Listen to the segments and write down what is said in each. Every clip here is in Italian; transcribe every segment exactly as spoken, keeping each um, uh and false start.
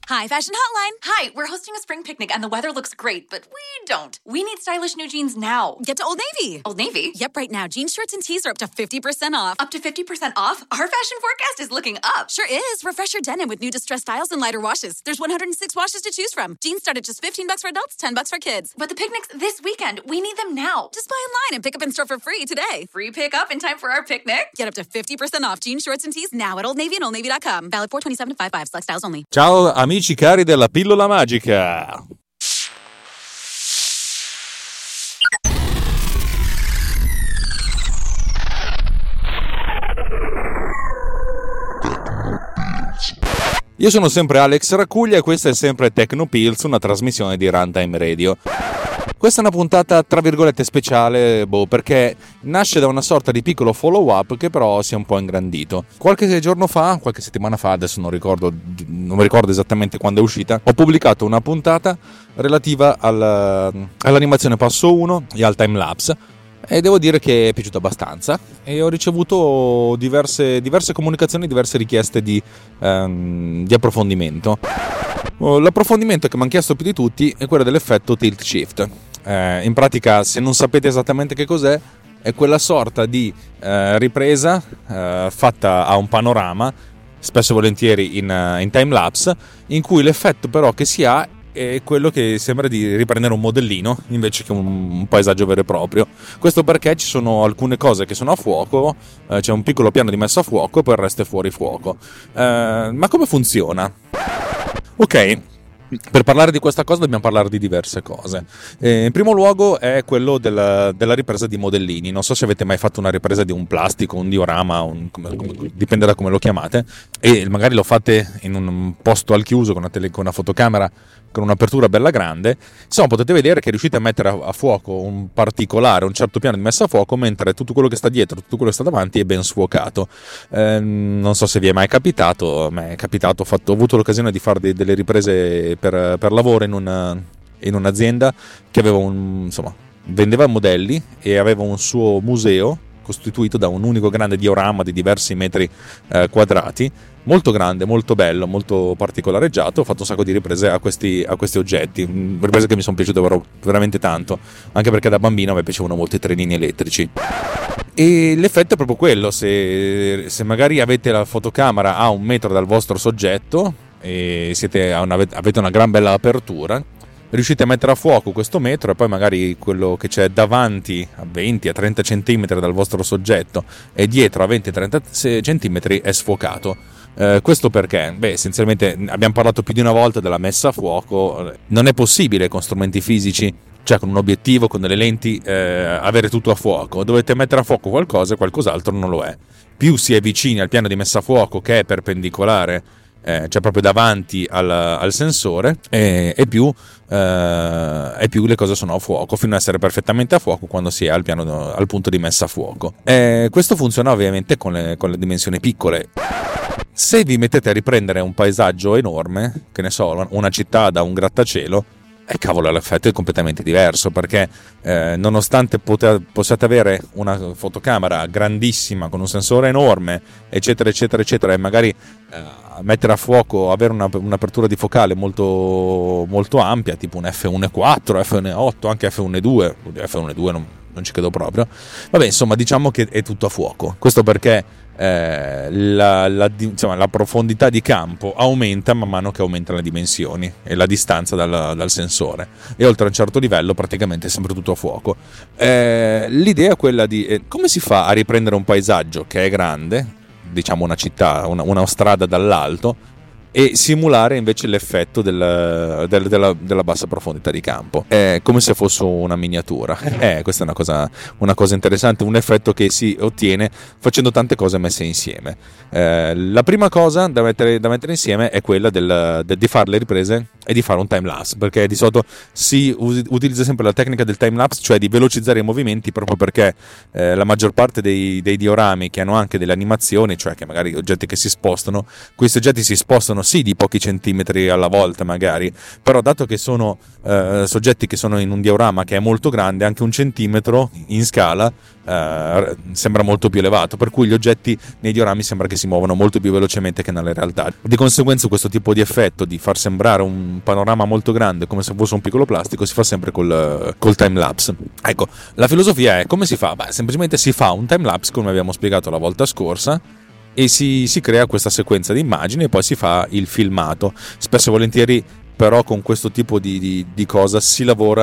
Hi, Fashion Hotline. Hi, we're hosting a spring picnic and the weather looks great, but we don't. We need stylish new jeans now. Get to Old Navy. Old Navy? Yep, right now, jeans, shorts, and tees are up to fifty percent off. Up to fifty percent off? Our fashion forecast is looking up. Sure is. Refresh your denim with new distressed styles and lighter washes. There's one hundred six washes to choose from. Jeans start at just fifteen bucks for adults, ten bucks for kids. But the picnic's this weekend. We need them now. Just buy online and pick up in store for free today. Free pickup in time for our picnic? Get up to fifty percent off jeans, shorts, and tees now at Old Navy and old navy dot com. Valid four twenty-seven to five five. Select styles only. Ciao amici cari della pillola magica. Io sono sempre Alex Racuglia e questa è sempre Techno Pills, una trasmissione di Runtime Radio. Questa è una puntata tra virgolette speciale, boh, perché nasce da una sorta di piccolo follow up che però si è un po' ingrandito. Qualche giorno fa, qualche settimana fa, adesso non ricordo, non mi ricordo esattamente quando è uscita, ho pubblicato una puntata relativa al, all'animazione passo uno e al timelapse. E devo dire che è piaciuto abbastanza e ho ricevuto diverse, diverse comunicazioni, diverse richieste di, um, di approfondimento. L'approfondimento che mi hanno chiesto più di tutti è quello dell'effetto tilt shift. Eh, in pratica, se non sapete esattamente che cos'è, è quella sorta di eh, ripresa eh, fatta a un panorama, spesso e volentieri in, in time lapse, in cui l'effetto però che si ha è quello che sembra di riprendere un modellino invece che un, un paesaggio vero e proprio. Questo perché ci sono alcune cose che sono a fuoco, eh, c'è un piccolo piano di messa a fuoco e poi il resto è fuori fuoco. Eh, ma come funziona? Ok, per parlare di questa cosa dobbiamo parlare di diverse cose. Eh, in primo luogo è quello della, della ripresa di modellini. Non so se avete mai fatto una ripresa di un plastico, un diorama, un, come, come, dipende da come lo chiamate, e magari lo fate in un posto al chiuso con una, tele, con una fotocamera con un'apertura bella grande. Insomma, potete vedere che riuscite a mettere a, a fuoco un particolare, un certo piano di messa a fuoco, mentre tutto quello che sta dietro, tutto quello che sta davanti è ben sfuocato. Eh, non so se vi è mai capitato, a me è capitato, ho, fatto, ho avuto l'occasione di fare de, delle riprese per, per lavoro in, una, in un'azienda che aveva un, insomma, vendeva modelli e aveva un suo museo costituito da un unico grande diorama di diversi metri eh, quadrati, molto grande, molto bello, molto particolareggiato. Ho fatto un sacco di riprese a questi, a questi oggetti, riprese che mi sono piaciute veramente tanto, anche perché da bambino mi piacevano molto i trenini elettrici. E l'effetto è proprio quello: se, se magari avete la fotocamera a un metro dal vostro soggetto e siete a una, avete una gran bella apertura, riuscite a mettere a fuoco questo metro e poi magari quello che c'è davanti a venti a trenta centimetri dal vostro soggetto e dietro a venti a trenta centimetri è sfocato. Eh, questo perché? Beh, essenzialmente abbiamo parlato più di una volta della messa a fuoco. Non è possibile con strumenti fisici, cioè con un obiettivo, con delle lenti, eh, avere tutto a fuoco. Dovete mettere a fuoco qualcosa e qualcos'altro non lo è. Più si è vicini al piano di messa a fuoco, che è perpendicolare, Eh, cioè proprio davanti al, al sensore, e, e, più, eh, e più le cose sono a fuoco, fino ad essere perfettamente a fuoco quando si è al, piano, al punto di messa a fuoco. Eh, questo funziona ovviamente con le, con le dimensioni piccole. Se vi mettete a riprendere un paesaggio enorme, che ne so, una città da un grattacielo, e cavolo, l'effetto è completamente diverso, perché eh, nonostante pote- possiate avere una fotocamera grandissima con un sensore enorme, eccetera eccetera eccetera, e magari eh, mettere a fuoco, avere una, un'apertura di focale molto, molto ampia, tipo un effe uno virgola quattro, effe uno virgola otto, anche effe uno virgola due, effe uno virgola due non, non ci credo proprio. Vabbè, insomma, diciamo che è tutto a fuoco. Questo perché Eh, la, la, insomma, la profondità di campo aumenta man mano che aumentano le dimensioni e la distanza dal, dal sensore, e oltre a un certo livello praticamente è sempre tutto a fuoco. Eh, l'idea è quella di eh, come si fa a riprendere un paesaggio che è grande, diciamo una città, una, una strada dall'alto, e simulare invece l'effetto del, del, della, della bassa profondità di campo, è come se fosse una miniatura. Eh, questa è una cosa, una cosa interessante, un effetto che si ottiene facendo tante cose messe insieme. Eh, la prima cosa da mettere, da mettere insieme è quella del, del, di fare le riprese è di fare un time lapse, perché di solito si us- utilizza sempre la tecnica del time lapse, cioè di velocizzare i movimenti, proprio perché eh, la maggior parte dei, dei diorami che hanno anche delle animazioni, cioè che magari oggetti che si spostano, questi oggetti si spostano sì di pochi centimetri alla volta magari, però dato che sono eh, soggetti che sono in un diorama che è molto grande, anche un centimetro in scala eh, sembra molto più elevato, per cui gli oggetti nei diorami sembra che si muovono molto più velocemente che nella realtà. Di conseguenza questo tipo di effetto di far sembrare un panorama molto grande come se fosse un piccolo plastico si fa sempre col, col time lapse. Ecco, la filosofia è come si fa? Beh, semplicemente si fa un time lapse come abbiamo spiegato la volta scorsa e si, si crea questa sequenza di immagini e poi si fa il filmato. Spesso e volentieri però con questo tipo di, di, di cosa si lavora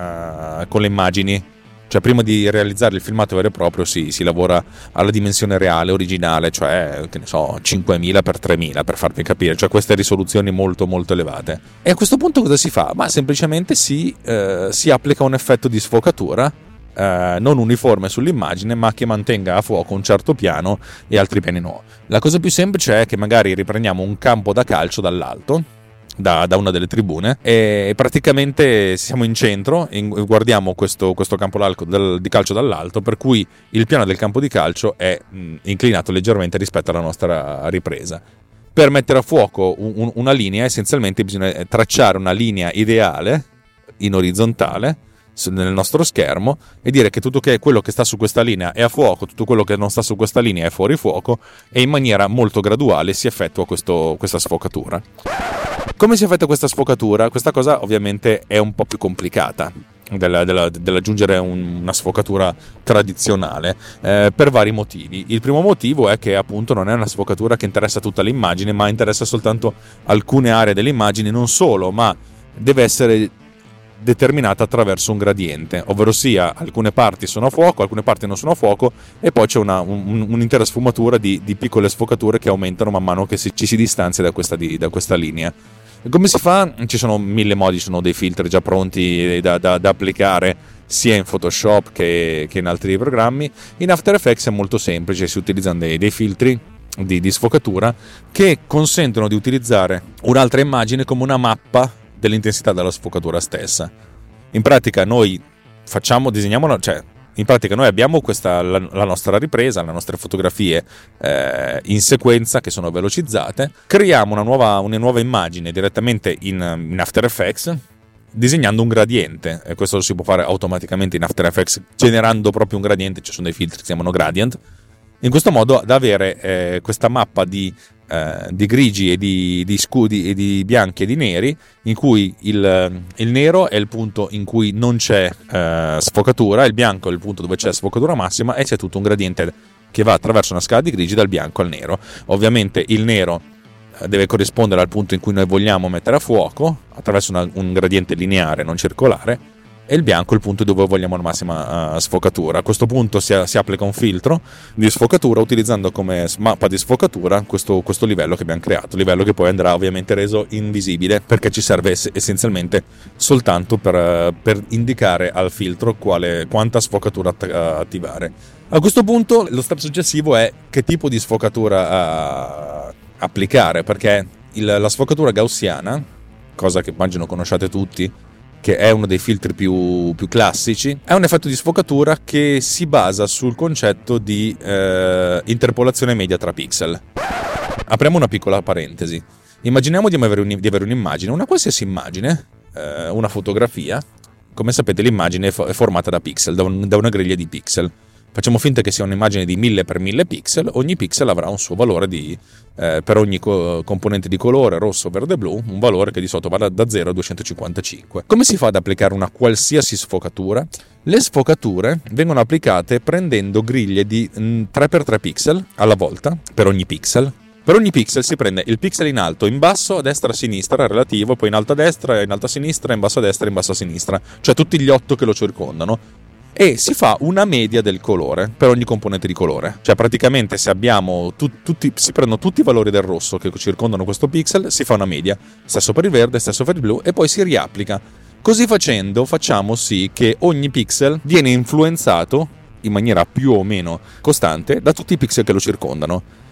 uh, con le immagini. Cioè prima di realizzare il filmato vero e proprio si, si lavora alla dimensione reale, originale, cioè che ne so, cinquemila per tremila per farvi capire, cioè queste risoluzioni molto molto elevate. E a questo punto cosa si fa? Ma semplicemente si, eh, si applica un effetto di sfocatura eh, non uniforme sull'immagine, ma che mantenga a fuoco un certo piano e altri piani no. La cosa più semplice è che magari riprendiamo un campo da calcio dall'alto, Da, da una delle tribune, e praticamente siamo in centro e guardiamo questo, questo campo del, di calcio dall'alto, per cui il piano del campo di calcio è mh, inclinato leggermente rispetto alla nostra ripresa. Per mettere a fuoco un, un, una linea essenzialmente bisogna tracciare una linea ideale in orizzontale nel nostro schermo e dire che tutto che quello che sta su questa linea è a fuoco, tutto quello che non sta su questa linea è fuori fuoco, e in maniera molto graduale si effettua questo, questa sfocatura. Come si effettua questa sfocatura? Questa cosa ovviamente è un po' più complicata della, della, dell'aggiungere un, una sfocatura tradizionale eh, per vari motivi. Il primo motivo è che appunto non è una sfocatura che interessa tutta l'immagine, ma interessa soltanto alcune aree dell'immagine, non solo, ma deve essere determinata attraverso un gradiente, ovvero sia alcune parti sono a fuoco, alcune parti non sono a fuoco, e poi c'è una, un, un'intera sfumatura di, di piccole sfocature che aumentano man mano che si, ci si distanzia da questa, di, da questa linea. E come si fa? Ci sono mille modi, ci sono dei filtri già pronti da, da, da applicare sia in Photoshop che, che in altri programmi. In After Effects è molto semplice, si utilizzano dei, dei filtri di, di sfocatura che consentono di utilizzare un'altra immagine come una mappa dell'intensità della sfocatura stessa. In pratica noi facciamo, disegniamo, cioè in pratica noi abbiamo questa la, la nostra ripresa, le nostre fotografie eh, in sequenza che sono velocizzate, creiamo una nuova, una nuova immagine direttamente in, in After Effects disegnando un gradiente, e questo lo si può fare automaticamente in After Effects generando proprio un gradiente, ci sono dei filtri che si chiamano gradient, in questo modo da avere eh, questa mappa di Uh, di grigi e di, di scudi e di bianchi e di neri, in cui il, il nero è il punto in cui non c'è uh, sfocatura, il bianco è il punto dove c'è sfocatura massima, e c'è tutto un gradiente che va attraverso una scala di grigi dal bianco al nero. Ovviamente il nero uh, deve corrispondere al punto in cui noi vogliamo mettere a fuoco attraverso una, un gradiente lineare, non circolare, e il bianco è il punto dove vogliamo la massima uh, sfocatura. A questo punto si, si applica un filtro di sfocatura utilizzando come mappa di sfocatura questo, questo livello che abbiamo creato, livello che poi andrà ovviamente reso invisibile perché ci serve ess- essenzialmente soltanto per, uh, per indicare al filtro quale, quanta sfocatura att- uh, attivare. A questo punto lo step successivo è che tipo di sfocatura uh, applicare, perché il, la sfocatura gaussiana, cosa che immagino conosciate tutti, che è uno dei filtri più, più classici, è un effetto di sfocatura che si basa sul concetto di eh, interpolazione media tra pixel. Apriamo una piccola parentesi. Immaginiamo di avere, un, di avere un'immagine, una qualsiasi immagine, eh, una fotografia. Come sapete l'immagine è, fo- è formata da pixel, da, un, da una griglia di pixel. Facciamo finta che sia un'immagine di mille per mille pixel, ogni pixel avrà un suo valore di, eh, per ogni co- componente di colore, rosso, verde, blu, un valore che di solito va da, da zero a duecentocinquantacinque. Come si fa ad applicare una qualsiasi sfocatura? Le sfocature vengono applicate prendendo griglie di mh, tre per tre pixel alla volta, per ogni pixel. Per ogni pixel si prende il pixel in alto, in basso, a destra, a sinistra, relativo, poi in alto a destra, in alto a sinistra, in basso a destra, in basso a sinistra, cioè tutti gli otto che lo circondano. E si fa una media del colore per ogni componente di colore, cioè praticamente se abbiamo tu, tutti, si prendono tutti i valori del rosso che circondano questo pixel, si fa una media, stesso per il verde, stesso per il blu, e poi si riapplica. Così facendo facciamo sì che ogni pixel viene influenzato in maniera più o meno costante da tutti i pixel che lo circondano.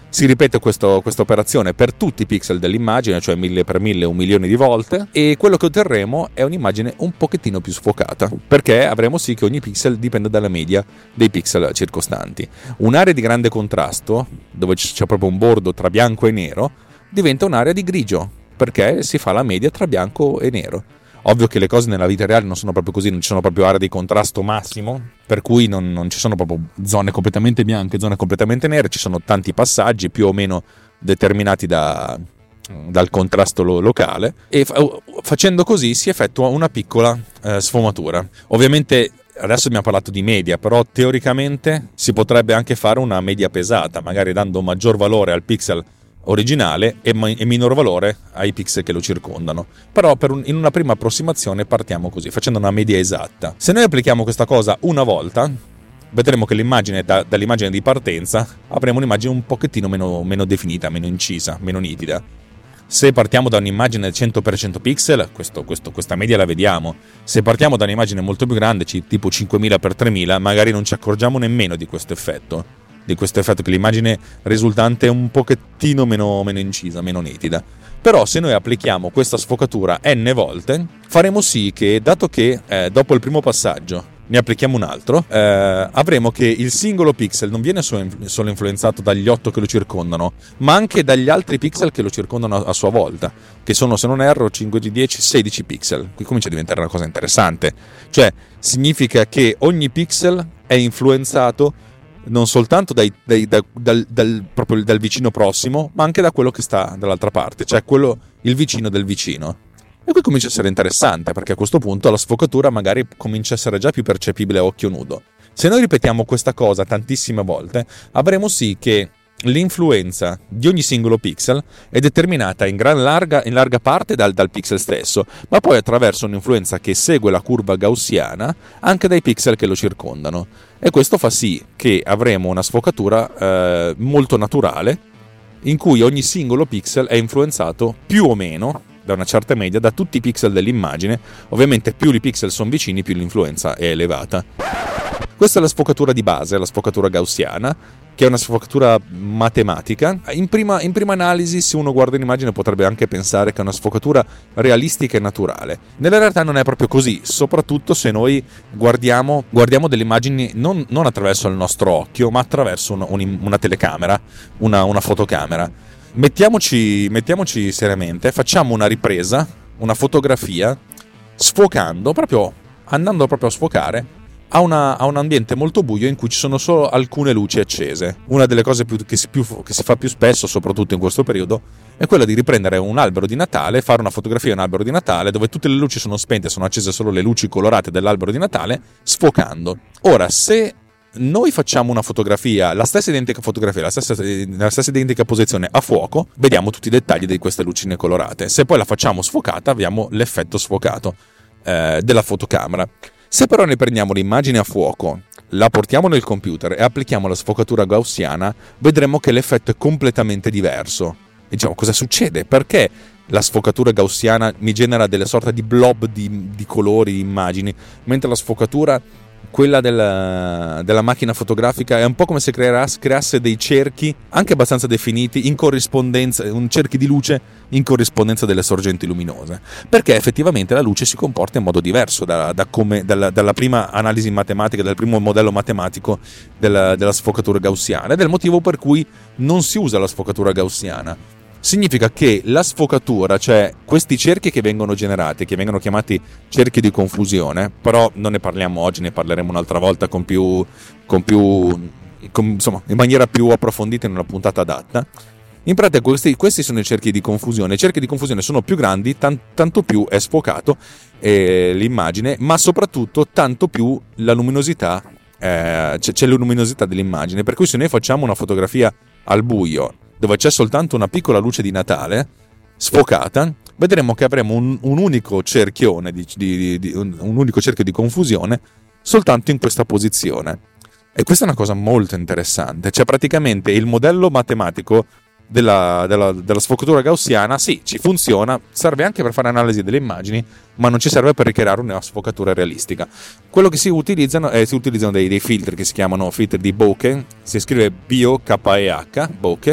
Si ripete questo, questa operazione per tutti i pixel dell'immagine, cioè mille per mille, un milione di volte, e quello che otterremo è un'immagine un pochettino più sfocata, perché avremo sì che ogni pixel dipende dalla media dei pixel circostanti. Un'area di grande contrasto, dove c'è proprio un bordo tra bianco e nero, diventa un'area di grigio, perché si fa la media tra bianco e nero. Ovvio che le cose nella vita reale non sono proprio così, non ci sono proprio aree di contrasto massimo, per cui non, non ci sono proprio zone completamente bianche, zone completamente nere, ci sono tanti passaggi più o meno determinati da, dal contrasto lo, locale, e fa, facendo così si effettua una piccola eh, sfumatura. Ovviamente adesso abbiamo parlato di media, però teoricamente si potrebbe anche fare una media pesata, magari dando maggior valore al pixel originale e, ma- e minor valore ai pixel che lo circondano. Però per un- in una prima approssimazione partiamo così, facendo una media esatta. Se noi applichiamo questa cosa una volta, vedremo che l'immagine da- dall'immagine di partenza avremo un'immagine un pochettino meno, meno definita, meno incisa, meno nitida. Se partiamo da un'immagine cento per cento pixel, questo, questo, questa media la vediamo. Se partiamo da un'immagine molto più grande, tipo cinquemila per tremila, magari non ci accorgiamo nemmeno di questo effetto. di questo effetto che l'immagine risultante è un pochettino meno, meno incisa, meno nitida. Però se noi applichiamo questa sfocatura n volte, faremo sì che, dato che eh, dopo il primo passaggio ne applichiamo un altro, eh, avremo che il singolo pixel non viene solo, solo influenzato dagli otto che lo circondano, ma anche dagli altri pixel che lo circondano a, a sua volta, che sono, se non erro, cinque, dieci, sedici pixel. Qui comincia a diventare una cosa interessante. Cioè, significa che ogni pixel è influenzato non soltanto dai, dai, da, dal, dal, proprio dal vicino prossimo, ma anche da quello che sta dall'altra parte, cioè quello, il vicino del vicino. E qui comincia a essere interessante, perché a questo punto la sfocatura magari comincia a essere già più percepibile a occhio nudo. Se noi ripetiamo questa cosa tantissime volte, avremo sì che l'influenza di ogni singolo pixel è determinata in gran larga, in larga parte dal, dal pixel stesso, ma poi attraverso un'influenza che segue la curva gaussiana anche dai pixel che lo circondano. E questo fa sì che avremo una sfocatura eh, molto naturale, in cui ogni singolo pixel è influenzato più o meno da una certa media da tutti i pixel dell'immagine. Ovviamente più i pixel sono vicini, più l'influenza è elevata. Questa è la sfocatura di base, la sfocatura gaussiana, che è una sfocatura matematica. In prima, in prima analisi, se uno guarda un'immagine, potrebbe anche pensare che è una sfocatura realistica e naturale. Nella realtà non è proprio così, soprattutto se noi guardiamo, guardiamo delle immagini non, non attraverso il nostro occhio, ma attraverso una, una telecamera, una, una fotocamera. Mettiamoci, mettiamoci seriamente, facciamo una ripresa, una fotografia, sfocando, proprio andando proprio a sfocare, a, una, a un ambiente molto buio in cui ci sono solo alcune luci accese. Una delle cose più, che, si, più, che si fa più spesso, soprattutto in questo periodo, è quella di riprendere un albero di Natale, fare una fotografia di un albero di Natale dove tutte le luci sono spente, sono accese solo le luci colorate dell'albero di Natale, sfocando. Ora, se noi facciamo una fotografia, la stessa identica fotografia, la stessa, la stessa identica posizione a fuoco, vediamo tutti i dettagli di queste lucine colorate. Se poi la facciamo sfocata, abbiamo l'effetto sfocato eh, della fotocamera. Se però ne prendiamo l'immagine a fuoco, la portiamo nel computer e applichiamo la sfocatura gaussiana, vedremo che l'effetto è completamente diverso. E diciamo, cosa succede? Perché la sfocatura gaussiana mi genera delle sorte di blob di, di colori, di immagini, mentre la sfocatura, quella della, della macchina fotografica, è un po' come se creasse, creasse dei cerchi anche abbastanza definiti in corrispondenza, un cerchi di luce in corrispondenza delle sorgenti luminose, perché effettivamente la luce si comporta in modo diverso da, da come, dalla, dalla prima analisi matematica, dal primo modello matematico della, della sfocatura gaussiana, ed è il motivo per cui non si usa la sfocatura gaussiana. Significa che la sfocatura, cioè questi cerchi che vengono generati, che vengono chiamati cerchi di confusione, però non ne parliamo oggi, ne parleremo un'altra volta con più, con più con, insomma, in maniera più approfondita in una puntata adatta. In pratica questi, questi sono i cerchi di confusione. I cerchi di confusione sono più grandi, tan, tanto più è sfocato eh, l'immagine, ma soprattutto tanto più la luminosità, eh, c'è, c'è la luminosità dell'immagine. Per cui se noi facciamo una fotografia al buio, dove c'è soltanto una piccola luce di Natale sfocata, vedremo che avremo un, un unico cerchione di, di, di, un, un unico cerchio di confusione soltanto in questa posizione. E questa è una cosa molto interessante. Cioè praticamente il modello matematico della, della, della sfocatura gaussiana sì, ci funziona, serve anche per fare analisi delle immagini, ma non ci serve per ricreare una sfocatura realistica. Quello che si utilizzano è si utilizzano dei, dei filtri che si chiamano filtri di bokeh, si scrive B O K E H, bokeh,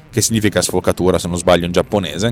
che significa sfocatura se non sbaglio in giapponese,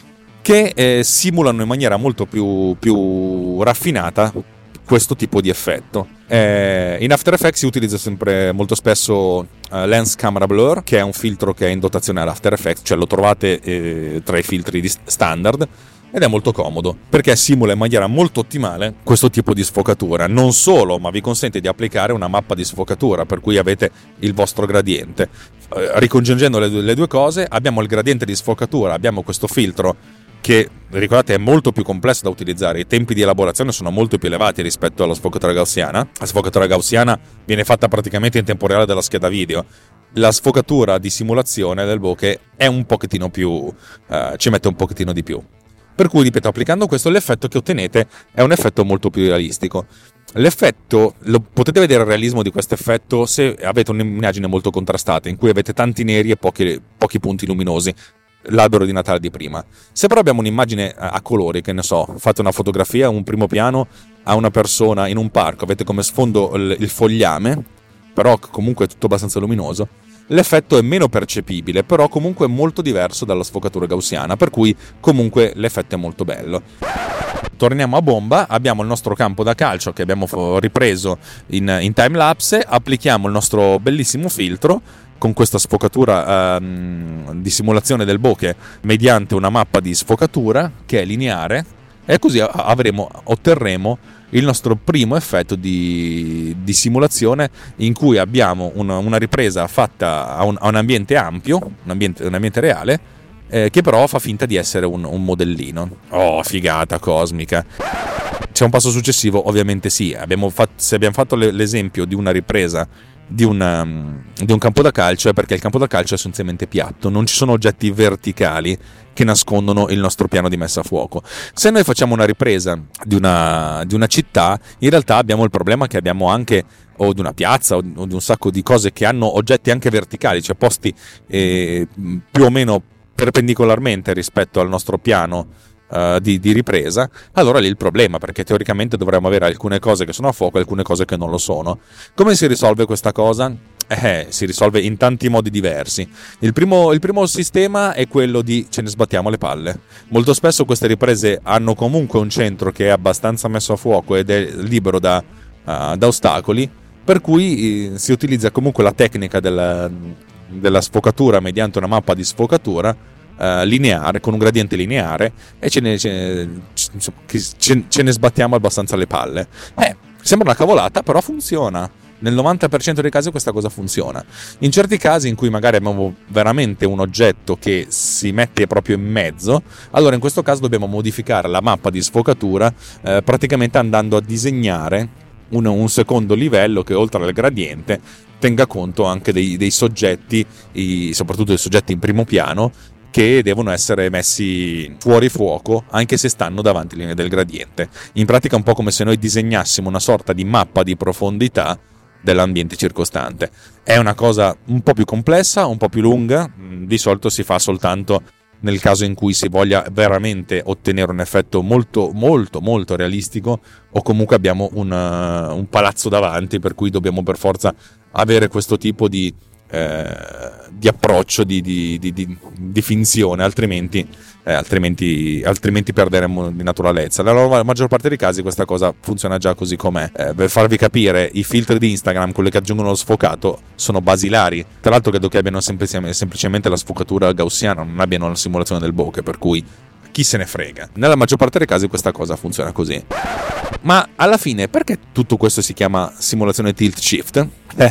che eh, simulano in maniera molto più, più raffinata questo tipo di effetto. Eh, in After Effects si utilizza sempre molto spesso uh, Lens Camera Blur, che è un filtro che è in dotazione all'After Effects, cioè lo trovate eh, tra i filtri di standard, ed è molto comodo perché simula in maniera molto ottimale questo tipo di sfocatura. Non solo, ma vi consente di applicare una mappa di sfocatura, per cui avete il vostro gradiente. Eh, ricongiungendo le, le due cose, abbiamo il gradiente di sfocatura, abbiamo questo filtro che, ricordate, è molto più complesso da utilizzare, i tempi di elaborazione sono molto più elevati rispetto alla sfocatura gaussiana. La sfocatura gaussiana viene fatta praticamente in tempo reale dalla scheda video. La sfocatura di simulazione del bokeh è un pochettino più, eh, ci mette un pochettino di più. Per cui, ripeto, applicando questo, l'effetto che ottenete è un effetto molto più realistico. L'effetto, lo, potete vedere il realismo di questo effetto se avete un'immagine molto contrastata, in cui avete tanti neri e pochi, pochi punti luminosi, l'albero di Natale di prima. Se però abbiamo un'immagine a colori, che ne so, fate una fotografia, un primo piano a una persona in un parco, avete come sfondo il, il fogliame, però comunque è tutto abbastanza luminoso, l'effetto è meno percepibile, però comunque è molto diverso dalla sfocatura gaussiana, per cui comunque l'effetto è molto bello. Torniamo a bomba, abbiamo il nostro campo da calcio che abbiamo ripreso in, in timelapse, applichiamo il nostro bellissimo filtro con questa sfocatura ehm, di simulazione del bokeh mediante una mappa di sfocatura che è lineare, e così avremo, otterremo il nostro primo effetto di, di simulazione, in cui abbiamo una, una ripresa fatta a un, a un ambiente ampio, un ambiente, un ambiente reale, eh, che però fa finta di essere un, un modellino. Oh, figata cosmica! C'è un passo successivo? Ovviamente sì. Abbiamo fatto, se abbiamo fatto l'esempio di una ripresa di, una, di un campo da calcio, è perché il campo da calcio è essenzialmente piatto, non ci sono oggetti verticali che nascondono il nostro piano di messa a fuoco. Se noi facciamo una ripresa di una, di una città, in realtà abbiamo il problema che abbiamo anche, o di una piazza, o di un sacco di cose che hanno oggetti anche verticali, cioè posti eh, più o meno perpendicolarmente rispetto al nostro piano uh, di, di ripresa. Allora lì il problema, perché teoricamente dovremmo avere alcune cose che sono a fuoco e alcune cose che non lo sono. Come si risolve questa cosa? Eh, si risolve in tanti modi diversi. Il primo, il primo sistema è quello di ce ne sbattiamo le palle. Molto spesso queste riprese hanno comunque un centro che è abbastanza messo a fuoco ed è libero da, uh, da ostacoli, per cui eh, si utilizza comunque la tecnica della, della sfocatura mediante una mappa di sfocatura uh, lineare, con un gradiente lineare, e ce ne, ce, ce, ce ne sbattiamo abbastanza le palle. Eh, sembra una cavolata, però funziona. Nel novanta per cento dei casi questa cosa funziona. In certi casi in cui magari abbiamo veramente un oggetto che si mette proprio in mezzo, allora in questo caso dobbiamo modificare la mappa di sfocatura eh, praticamente andando a disegnare un, un secondo livello che, oltre al gradiente, tenga conto anche dei, dei soggetti, i, soprattutto dei soggetti in primo piano, che devono essere messi fuori fuoco anche se stanno davanti alla linea del gradiente. In pratica è un po' come se noi disegnassimo una sorta di mappa di profondità dell'ambiente circostante. È una cosa un po' più complessa, un po' più lunga, di solito si fa soltanto nel caso in cui si voglia veramente ottenere un effetto molto molto molto realistico, o comunque abbiamo un, uh, un palazzo davanti, per cui dobbiamo per forza avere questo tipo di Eh, di approccio, di, di, di, di, di finzione, altrimenti, eh, altrimenti, altrimenti perderemo di naturalezza. Nella maggior parte dei casi questa cosa funziona già così com'è. Eh, per farvi capire, i filtri di Instagram, quelli che aggiungono lo sfocato, sono basilari. Tra l'altro credo che abbiano semplicemente, semplicemente la sfocatura gaussiana, non abbiano la simulazione del bokeh, per cui chi se ne frega. Nella maggior parte dei casi questa cosa funziona così. Ma alla fine, perché tutto questo si chiama simulazione tilt shift?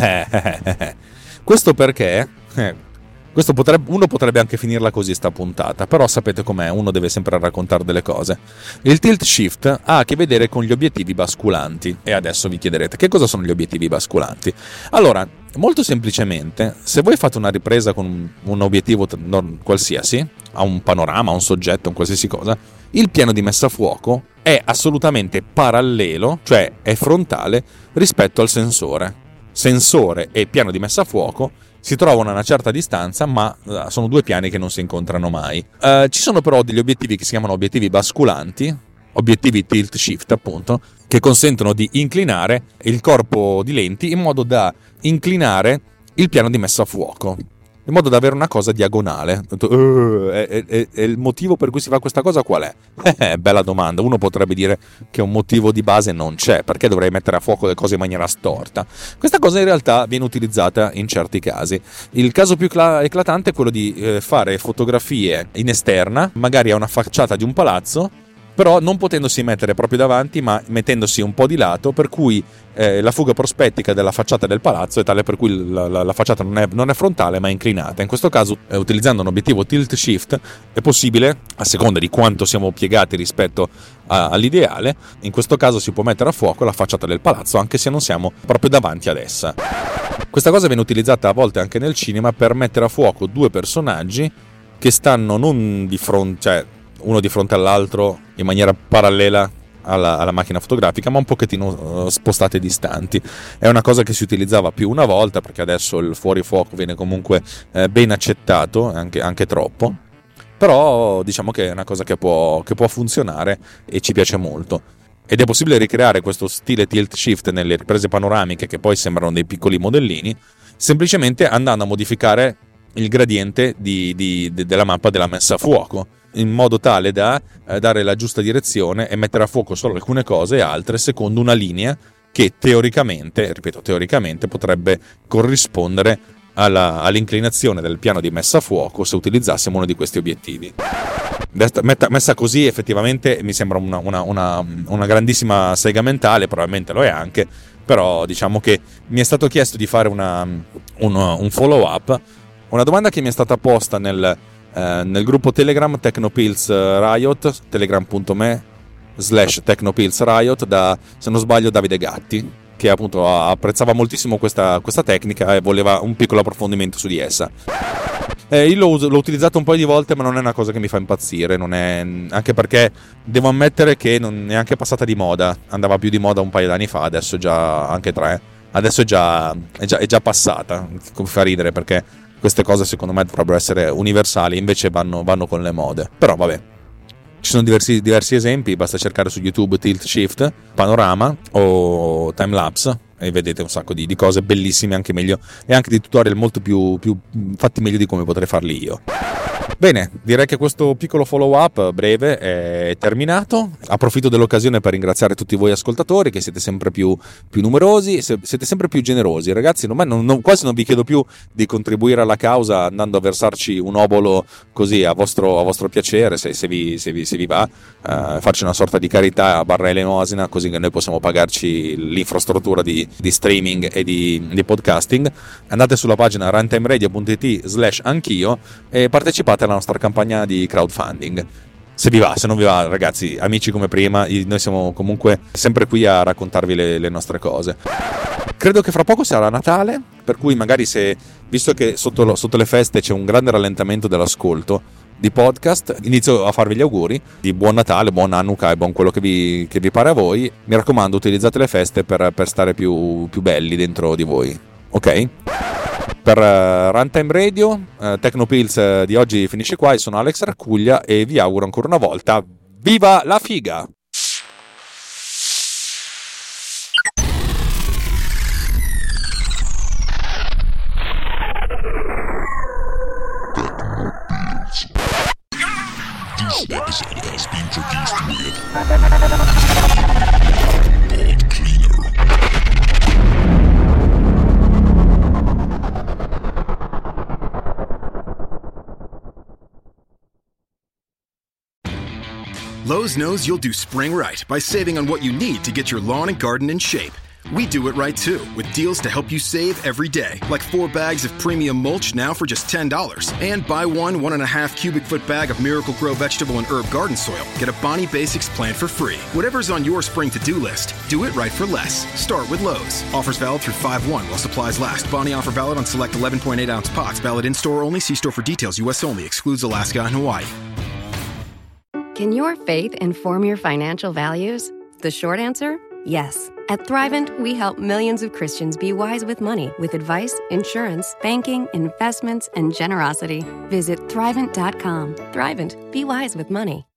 Questo perché eh, questo potrebbe, uno potrebbe anche finirla così sta puntata, però sapete com'è, uno deve sempre raccontare delle cose. Il tilt shift ha a che vedere con gli obiettivi basculanti, e adesso vi chiederete che cosa sono gli obiettivi basculanti. Allora, molto semplicemente, se voi fate una ripresa con un, un obiettivo qualsiasi, a un panorama, a un soggetto, a un qualsiasi cosa, il piano di messa a fuoco è assolutamente parallelo, cioè è frontale rispetto al sensore. Sensore e piano di messa a fuoco si trovano a una certa distanza, ma uh, sono due piani che non si incontrano mai. Uh, ci sono però degli obiettivi che si chiamano obiettivi basculanti, obiettivi tilt shift appunto, che consentono di inclinare il corpo di lenti in modo da inclinare il piano di messa a fuoco. in modo da avere una cosa diagonale. Uh, è, è, è il motivo per cui si fa questa cosa qual è? Eh, bella domanda. Uno potrebbe dire che un motivo di base non c'è, perché dovrei mettere a fuoco le cose in maniera storta. Questa cosa in realtà viene utilizzata in certi casi. Il caso più eclatante è quello di eh, fare fotografie in esterna, magari a una facciata di un palazzo, però non potendosi mettere proprio davanti, ma mettendosi un po' di lato, per cui eh, la fuga prospettica della facciata del palazzo è tale per cui la, la, la facciata non è, non è frontale ma è inclinata. In questo caso, eh, utilizzando un obiettivo tilt shift, è possibile, a seconda di quanto siamo piegati rispetto a, all'ideale, in questo caso si può mettere a fuoco la facciata del palazzo anche se non siamo proprio davanti ad essa. Questa cosa viene utilizzata a volte anche nel cinema per mettere a fuoco due personaggi che stanno non di fronte, cioè uno di fronte all'altro in maniera parallela alla, alla macchina fotografica, ma un pochettino uh, spostate distanti. È una cosa che si utilizzava più una volta, perché adesso il fuorifuoco viene comunque eh, ben accettato, anche, anche troppo, però diciamo che è una cosa che può, che può funzionare e ci piace molto. Ed è possibile ricreare questo stile tilt shift nelle riprese panoramiche, che poi sembrano dei piccoli modellini, semplicemente andando a modificare il gradiente di, di, de, della mappa della messa a fuoco, in modo tale da eh, dare la giusta direzione e mettere a fuoco solo alcune cose e altre secondo una linea che teoricamente, ripeto teoricamente, potrebbe corrispondere alla, all'inclinazione del piano di messa a fuoco se utilizzassimo uno di questi obiettivi. Messa così effettivamente mi sembra una, una, una, una grandissima sega mentale, probabilmente lo è anche, però diciamo che mi è stato chiesto di fare una, un, un follow up, una domanda che mi è stata posta nel Uh, nel gruppo Telegram Technopills Riot, telegram punto me slash Technopills Riot, da, se non sbaglio, Davide Gatti, che appunto apprezzava moltissimo questa, questa tecnica e voleva un piccolo approfondimento su di essa. Eh, io l'ho, l'ho utilizzato un paio di volte, ma non è una cosa che mi fa impazzire, non è, anche perché devo ammettere che non è neanche passata di moda, andava più di moda un paio d'anni fa, adesso già anche tre, adesso è già, è già, è già passata, come fa ridere perché queste cose secondo me dovrebbero essere universali, invece vanno, vanno con le mode. Però vabbè, ci sono diversi, diversi esempi, basta cercare su YouTube tilt shift, panorama o time lapse e vedete un sacco di, di cose bellissime, anche meglio, e anche di tutorial molto più, più fatti meglio di come potrei farli io. Bene, direi che questo piccolo follow up breve è terminato. Approfitto dell'occasione per ringraziare tutti voi ascoltatori, che siete sempre più, più numerosi, siete sempre più generosi, ragazzi. Non, non, non, quasi non vi chiedo più di contribuire alla causa andando a versarci un obolo così a vostro, a vostro piacere, se, se, vi, se, vi, se vi va, uh, farci una sorta di carità barra elemosina, così che noi possiamo pagarci l'infrastruttura di, di streaming e di, di podcasting. Andate sulla pagina runtimeradio punto it slash anch'io e partecipate alla nostra campagna di crowdfunding. Se vi va, se non vi va, ragazzi, amici come prima, noi siamo comunque sempre qui a raccontarvi le, le nostre cose. Credo che fra poco sarà Natale, per cui magari se, visto che sotto, sotto le feste c'è un grande rallentamento dell'ascolto di podcast, inizio a farvi gli auguri di buon Natale, buon Hanukkah e buon quello che vi, che vi pare a voi. Mi raccomando, utilizzate le feste per, per stare più, più belli dentro di voi, ok? Per uh, Runtime Radio, uh, Technopills uh, di oggi finisce qua. Io sono Alex Raccuglia e vi auguro ancora una volta viva la figa! This episode has been produced with Pod Cleaner. Lowe's knows you'll do spring right by saving on what you need to get your lawn and garden in shape. We do it right too, with deals to help you save every day, like four bags of premium mulch now for just ten dollars. And buy one one and a half cubic foot bag of Miracle-Gro vegetable and herb garden soil. Get a Bonnie Basics plant for free. Whatever's on your spring to-do list, do it right for less. Start with Lowe's. Offers valid through five one while supplies last. Bonnie offer valid on select eleven point eight ounce pots. Valid in-store only. See store for details. U S only. Excludes Alaska and Hawaii. Can your faith inform your financial values? The short answer, yes. At Thrivent, we help millions of Christians be wise with money with advice, insurance, banking, investments, and generosity. Visit Thrivent dot com. Thrivent, be wise with money.